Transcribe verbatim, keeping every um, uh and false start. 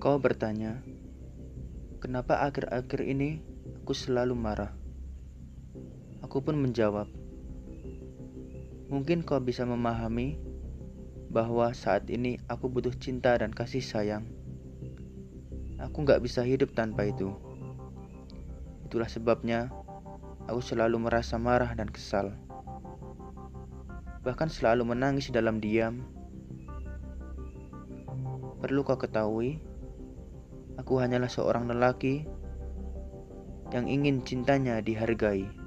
Kau bertanya, kenapa akhir-akhir ini aku selalu marah? Aku pun menjawab, mungkin kau bisa memahami bahwa saat ini aku butuh cinta dan kasih sayang. Aku gak bisa hidup tanpa itu. Itulah sebabnya aku selalu merasa marah dan kesal. Bahkan selalu menangis dalam diam. Perlu kau ketahui, aku hanyalah seorang lelaki yang ingin cintanya dihargai.